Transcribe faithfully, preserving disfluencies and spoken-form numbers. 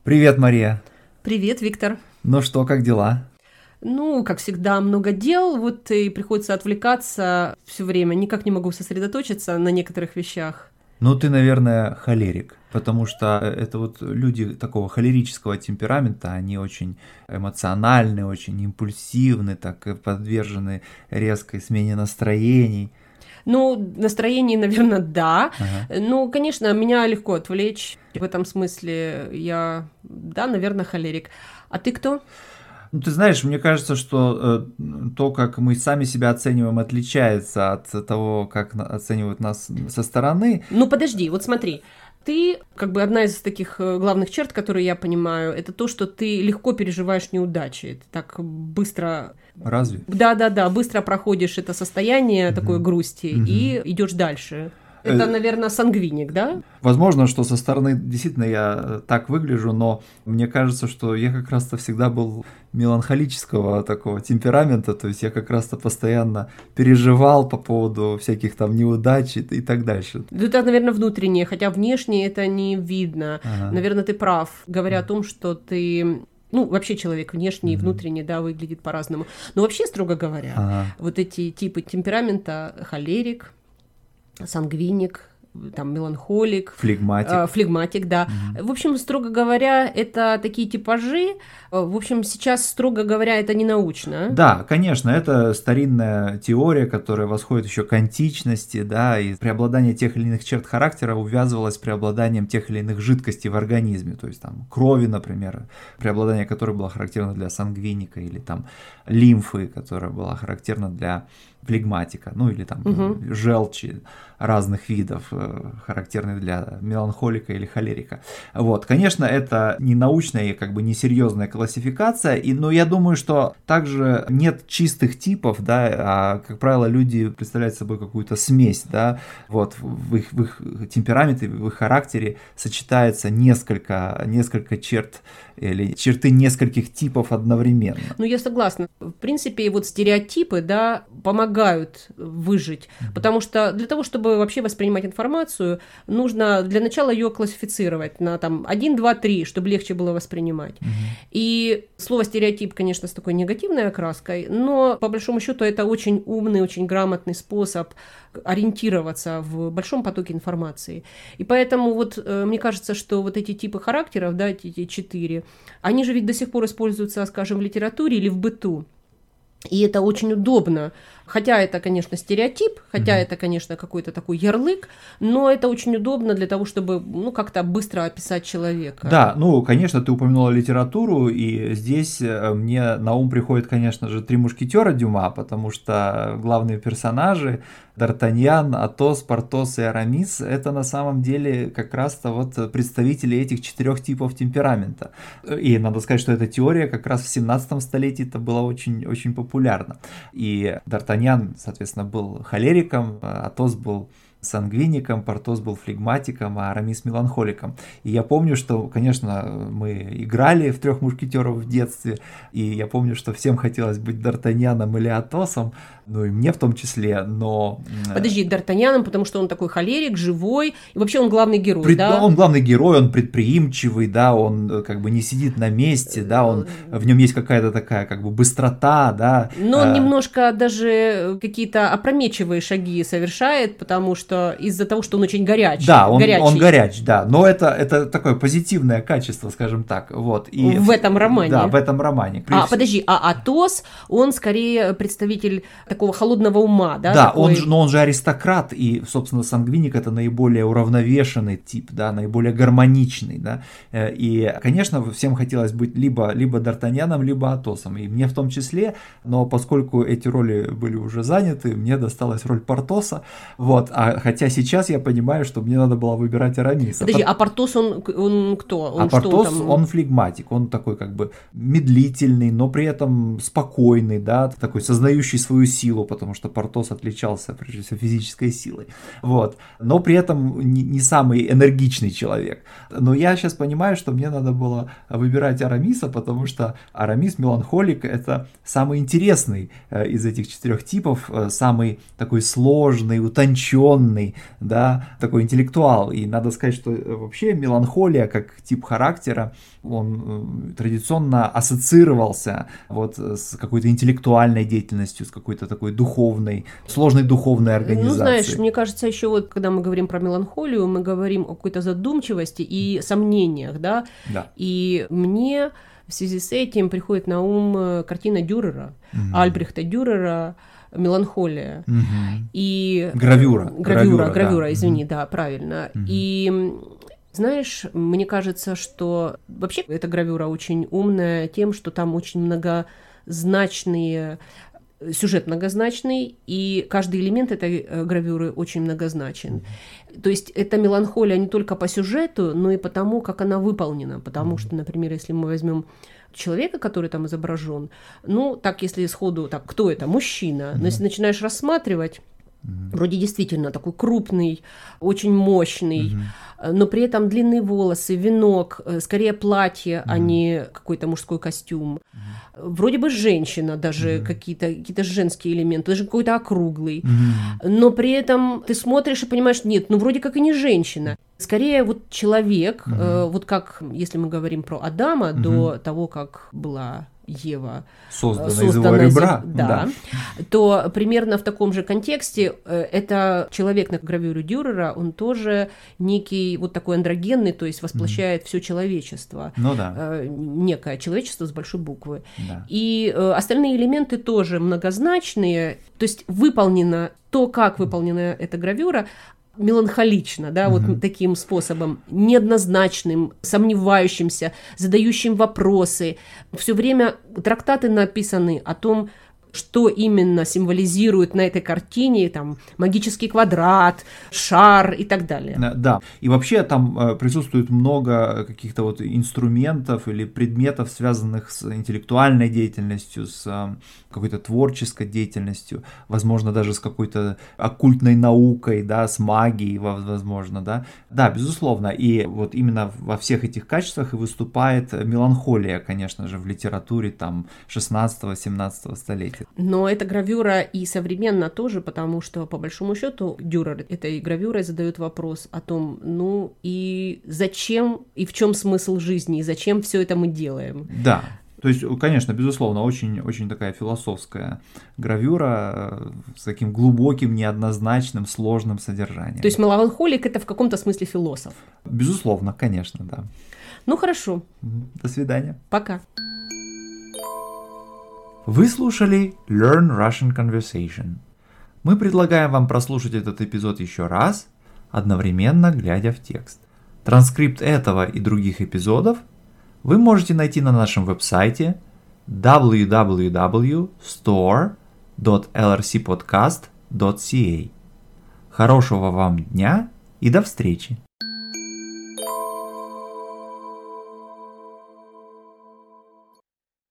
Привет, Мария. Привет, Виктор. Ну что, как дела? Ну, как всегда, много дел, вот и приходится отвлекаться все время, никак не могу сосредоточиться на некоторых вещах. Ну, ты, наверное, холерик, потому что это вот люди такого холерического темперамента, они очень эмоциональны, очень импульсивны, так подвержены резкой смене настроений. Ну, настроение, наверное, да. Ага. Ну, конечно, меня легко отвлечь. В этом смысле я, да, наверное, холерик. А ты кто? Ну, ты знаешь, мне кажется, что э, то, как мы сами себя оцениваем, отличается от того, как на- оценивают нас со стороны. Ну, подожди, вот смотри. Ты, как бы одна из таких э, главных черт, которые я понимаю, это то, что ты легко переживаешь неудачи. Ты так быстро... Разве? Да-да-да, быстро проходишь это состояние такой грусти Мгм. и идешь дальше. Это, Э, наверное, сангвиник, да? Возможно, что со стороны действительно я э, так выгляжу, но мне кажется, что я как раз-то всегда был меланхолического такого темперамента, то есть я как раз-то постоянно переживал по поводу всяких там неудач и, и так дальше. Ну, это, наверное, внутреннее, хотя внешне это не видно. Ага. Наверное, ты прав, говоря о том, что ты... Ну, вообще человек внешний и Мгм. внутренне, да, выглядит по-разному. Но вообще, строго говоря, Ага. вот эти типы темперамента: холерик, сангвиник, там, меланхолик, Флегматик. э, флегматик, да. Мгм. В общем, строго говоря, это такие типажи. Э, В общем, сейчас, строго говоря, это не научно. Да, конечно, это старинная теория, которая восходит еще к античности, да, и преобладание тех или иных черт характера увязывалось с преобладанием тех или иных жидкостей в организме, то есть там крови, например, преобладание которой было характерно для сангвиника, или там лимфы, которая была характерна для флегматика, ну или там Мгм. желчи разных видов, э, характерных для меланхолика или холерика. Вот, конечно, это не научная и как бы не серьезная классификация, и, но я думаю, что также нет чистых типов, да, а, как правило, люди представляют собой какую-то смесь, да, вот, в их, в их темпераменте, в их характере сочетается несколько, несколько черт или черты нескольких типов одновременно. Ну, я согласна. В принципе, вот стереотипы, да, помогают выжить, потому что для того, чтобы вообще воспринимать информацию, нужно для начала ее классифицировать на там один, два, три, чтобы легче было воспринимать. И слово стереотип, конечно, с такой негативной окраской, но по большому счету это очень умный, очень грамотный способ ориентироваться в большом потоке информации. И поэтому вот э, мне кажется, что вот эти типы характеров, да, эти четыре, они же ведь до сих пор используются, скажем, в литературе или в быту. И это очень удобно. Хотя это, конечно, стереотип, хотя Мгм. это, конечно, какой-то такой ярлык, но это очень удобно для того, чтобы, ну, как-то быстро описать человека. Да, ну, конечно, ты упомянула литературу, и здесь э, мне на ум приходит, конечно же, «Три мушкетера» Дюма, потому что главные персонажи Д'Артаньян, Атос, Портос и Арамис — это на самом деле как раз-то вот представители этих четырех типов темперамента. И надо сказать, что эта теория как раз в семнадцатом столетии это была очень, очень популярна. И Д'Артаньян, соответственно, был холериком, Атос был сангвиником, Портос был флегматиком, а Арамис меланхоликом. И я помню, что, конечно, мы играли в трех мушкетеров в детстве, и я помню, что всем хотелось быть Д'Артаньяном или Атосом, ну и мне в том числе, но... Подожди, Д'Артаньяном, потому что он такой холерик, живой, и вообще он главный герой, Пред... да? Он главный герой, он предприимчивый, да, он как бы не сидит на месте, да, он, в нем есть какая-то такая как бы быстрота, да. Но он э, немножко даже какие-то опрометчивые шаги совершает, потому что из-за того, что он очень горячий. Да, он, горячий. он горяч, да, но это, это такое позитивное качество, скажем так, вот. И В этом романе. Да, в этом романе. А, Прежде- подожди, а Атос, он скорее представитель такого холодного ума, да? Да, такой... он же, но он же аристократ, и, собственно, сангвиник — это наиболее уравновешенный тип, да, наиболее гармоничный, да, Э, и, конечно, всем хотелось быть либо, либо Д'Артаньяном, либо Атосом, и мне в том числе, но поскольку эти роли были уже заняты, мне досталась роль Портоса, вот, а хотя сейчас я понимаю, что мне надо было выбирать Арамиса. Подожди, Пот- а Портос, он, он кто? Он А что Портос, там? он флегматик, он такой как бы медлительный, но при этом спокойный, да, такой сознающий свою силу, потому что Портос отличался, прежде всего, физической силой, вот, но при этом не, не самый энергичный человек. Но я сейчас понимаю, что мне надо было выбирать Арамиса, потому что Арамис меланхолик — это самый интересный э, из этих четырех типов, э, самый такой сложный, утонченный, просвещенный, да, такой интеллектуал. И надо сказать, что вообще меланхолия как тип характера, он традиционно ассоциировался вот с какой-то интеллектуальной деятельностью, с какой-то такой духовной, сложной духовной организацией. Ну, знаешь, мне кажется, еще вот, когда мы говорим про меланхолию, мы говорим о какой-то задумчивости и сомнениях, да, да. И мне в связи с этим приходит на ум картина Дюрера, mm-hmm. Альбрехта Дюрера «Меланхолия». Mm-hmm. И... Гравюра. Гравюра, гравюра, гравюра да. извини, mm-hmm. да, правильно. Mm-hmm. И... Знаешь, мне кажется, что вообще эта гравюра очень умная тем, что там очень многозначные, сюжет многозначный, и каждый элемент этой гравюры очень многозначен. То есть это меланхолия не только по сюжету, но и по тому, как она выполнена. Потому что, например, если мы возьмем человека, который там изображен, ну, так, если сходу, так, кто это? Мужчина. Но если начинаешь рассматривать, вроде действительно такой крупный, очень мощный, mm-hmm. но при этом длинные волосы, венок, скорее платье, mm-hmm. а не какой-то мужской костюм. Mm-hmm. Вроде бы женщина, даже mm-hmm. какие-то, какие-то женские элементы, даже какой-то округлый. Mm-hmm. Но при этом ты смотришь и понимаешь, нет, ну вроде как и не женщина. Скорее вот человек, mm-hmm. э, вот как, если мы говорим про Адама, mm-hmm. до того, как была... Ева создана, создана из его ребра, да, да. то примерно в таком же контексте это человек на гравюре Дюрера, он тоже некий вот такой андрогенный, то есть воплощает mm-hmm. все человечество, ну, да. некое человечество с большой буквы. Да. И остальные элементы тоже многозначные, то есть выполнено то, как выполнена эта гравюра, меланхолично, да, mm-hmm. вот таким способом, неоднозначным, сомневающимся, задающим вопросы. Все время трактаты написаны о том, что именно символизирует на этой картине, там, магический квадрат, шар и так далее. Да, и вообще там присутствует много каких-то вот инструментов или предметов, связанных с интеллектуальной деятельностью, с какой-то творческой деятельностью, возможно, даже с какой-то оккультной наукой, да, с магией, возможно, да. Да, безусловно, и вот именно во всех этих качествах и выступает меланхолия, конечно же, в литературе там шестнадцатого-семнадцатого столетия. Но эта гравюра и современна тоже, потому что, по большому счету, Дюрер этой гравюрой задает вопрос о том, ну и зачем, и в чем смысл жизни, и зачем все это мы делаем. Да. То есть, конечно, безусловно, очень, очень такая философская гравюра с таким глубоким, неоднозначным, сложным содержанием. То есть меланхолик — это в каком-то смысле философ? Безусловно, конечно, да. Ну хорошо. До свидания. Пока. Вы слушали Learn Russian Conversation. Мы предлагаем вам прослушать этот эпизод еще раз, одновременно глядя в текст. Транскрипт этого и других эпизодов вы можете найти на нашем веб-сайте дабл ю дабл ю дабл ю точка store точка эл ар си podcast точка си эй. Хорошего вам дня и до встречи!